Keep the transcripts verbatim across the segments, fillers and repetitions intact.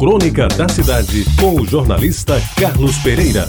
Crônica da Cidade, com o jornalista Carlos Pereira.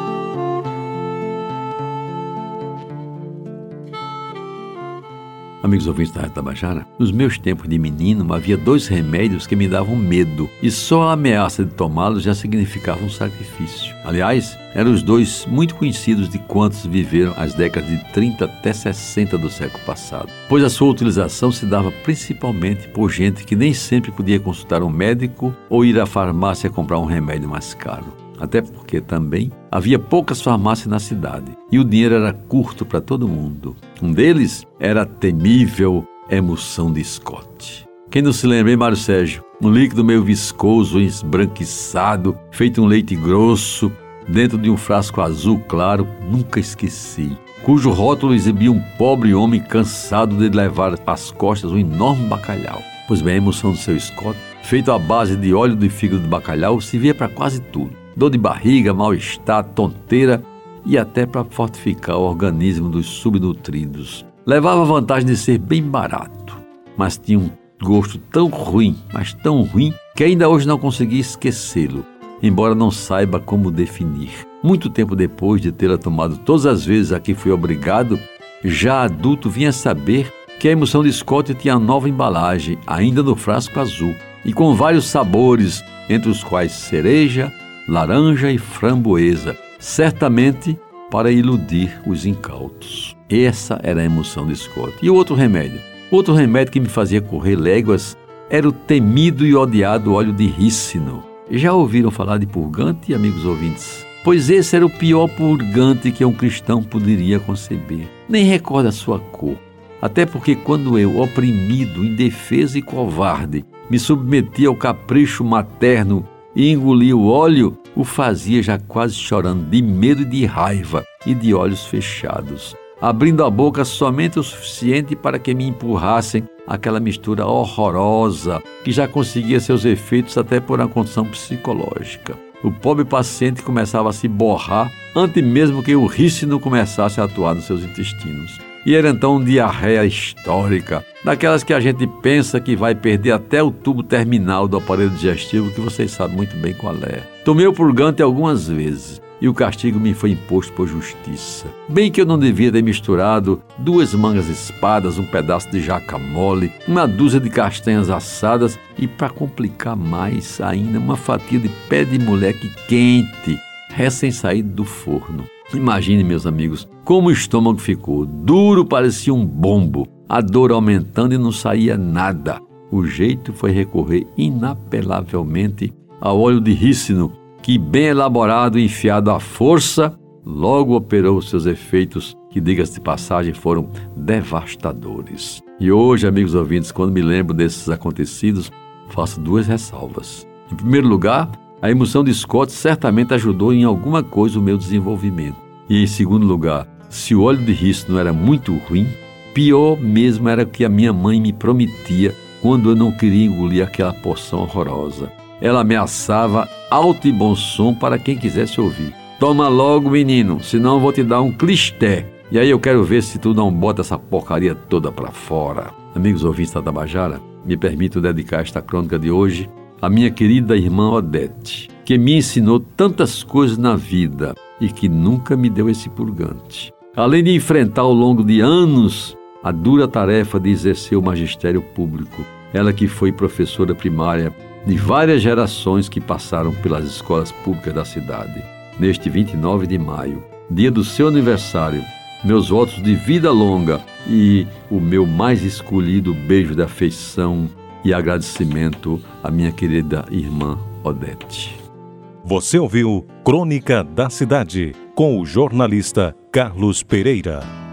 Amigos ouvintes da Rádio Tabajara, nos meus tempos de menino havia dois remédios que me davam medo e só a ameaça de tomá-los já significava um sacrifício. Aliás, eram os dois muito conhecidos de quantos viveram as décadas de trinta até sessenta do século passado, pois a sua utilização se dava principalmente por gente que nem sempre podia consultar um médico ou ir à farmácia comprar um remédio mais caro. Até porque também havia poucas farmácias na cidade e o dinheiro era curto para todo mundo. Um deles era a temível emulsão de Scott. Quem não se lembra, hein, Mário Sérgio? Um líquido meio viscoso, esbranquiçado, feito um leite grosso, dentro de um frasco azul claro, nunca esqueci, cujo rótulo exibia um pobre homem cansado de levar às costas um enorme bacalhau. Pois bem, a emulsão do seu Scott, feito à base de óleo de fígado de bacalhau, servia para quase tudo. Dor de barriga, mal-estar, tonteira e até para fortificar o organismo dos subnutridos. Levava a vantagem de ser bem barato, mas tinha um gosto tão ruim, mas tão ruim, que ainda hoje não consegui esquecê-lo, embora não saiba como definir. Muito tempo depois de tê-la tomado todas as vezes a que fui obrigado, já adulto vinha saber que a emulsão de Scott tinha nova embalagem, ainda no frasco azul, e com vários sabores, entre os quais cereja, laranja e framboesa, certamente para iludir os incautos. Essa era a emulsão de Scott. E o outro remédio? Outro remédio que me fazia correr léguas era o temido e odiado óleo de rícino. Já ouviram falar de purgante, amigos ouvintes? Pois esse era o pior purgante que um cristão poderia conceber. Nem recordo a sua cor. Até porque quando eu, oprimido, indefeso e covarde, me submetia ao capricho materno e engolia o óleo, o fazia já quase chorando de medo e de raiva e de olhos fechados, abrindo a boca somente o suficiente para que me empurrassem aquela mistura horrorosa que já conseguia seus efeitos até por uma condição psicológica. O pobre paciente começava a se borrar antes mesmo que o rícino começasse a atuar nos seus intestinos. E era então diarreia histórica, daquelas que a gente pensa que vai perder até o tubo terminal do aparelho digestivo, que vocês sabem muito bem qual é. Tomei o purgante algumas vezes e o castigo me foi imposto por justiça. Bem que eu não devia ter misturado duas mangas espadas, um pedaço de jaca mole, uma dúzia de castanhas assadas e, para complicar mais ainda, uma fatia de pé de moleque quente, recém-saído do forno. Imagine, meus amigos, como o estômago ficou. Duro, parecia um bombo. A dor aumentando e não saía nada. O jeito foi recorrer inapelavelmente ao óleo de rícino, que, bem elaborado e enfiado à força, logo operou seus efeitos, que, diga-se de passagem, foram devastadores. E hoje, amigos ouvintes, quando me lembro desses acontecidos, faço duas ressalvas. Em primeiro lugar, a emulsão de Scott certamente ajudou em alguma coisa o meu desenvolvimento. E em segundo lugar, se o óleo de rícino era muito ruim, pior mesmo era o que a minha mãe me prometia quando eu não queria engolir aquela porção horrorosa. Ela ameaçava alto e bom som para quem quisesse ouvir. Toma logo, menino, senão eu vou te dar um clisté. E aí eu quero ver se tu não bota essa porcaria toda para fora. Amigos ouvintes da Tabajara, me permito dedicar esta crônica de hoje a minha querida irmã Odete, que me ensinou tantas coisas na vida e que nunca me deu esse purgante. Além de enfrentar ao longo de anos a dura tarefa de exercer o magistério público, ela que foi professora primária de várias gerações que passaram pelas escolas públicas da cidade. Neste vinte e nove de maio, dia do seu aniversário, meus votos de vida longa e o meu mais escolhido beijo de afeição e agradecimento à minha querida irmã Odete. Você ouviu Crônica da Cidade, com o jornalista Carlos Pereira.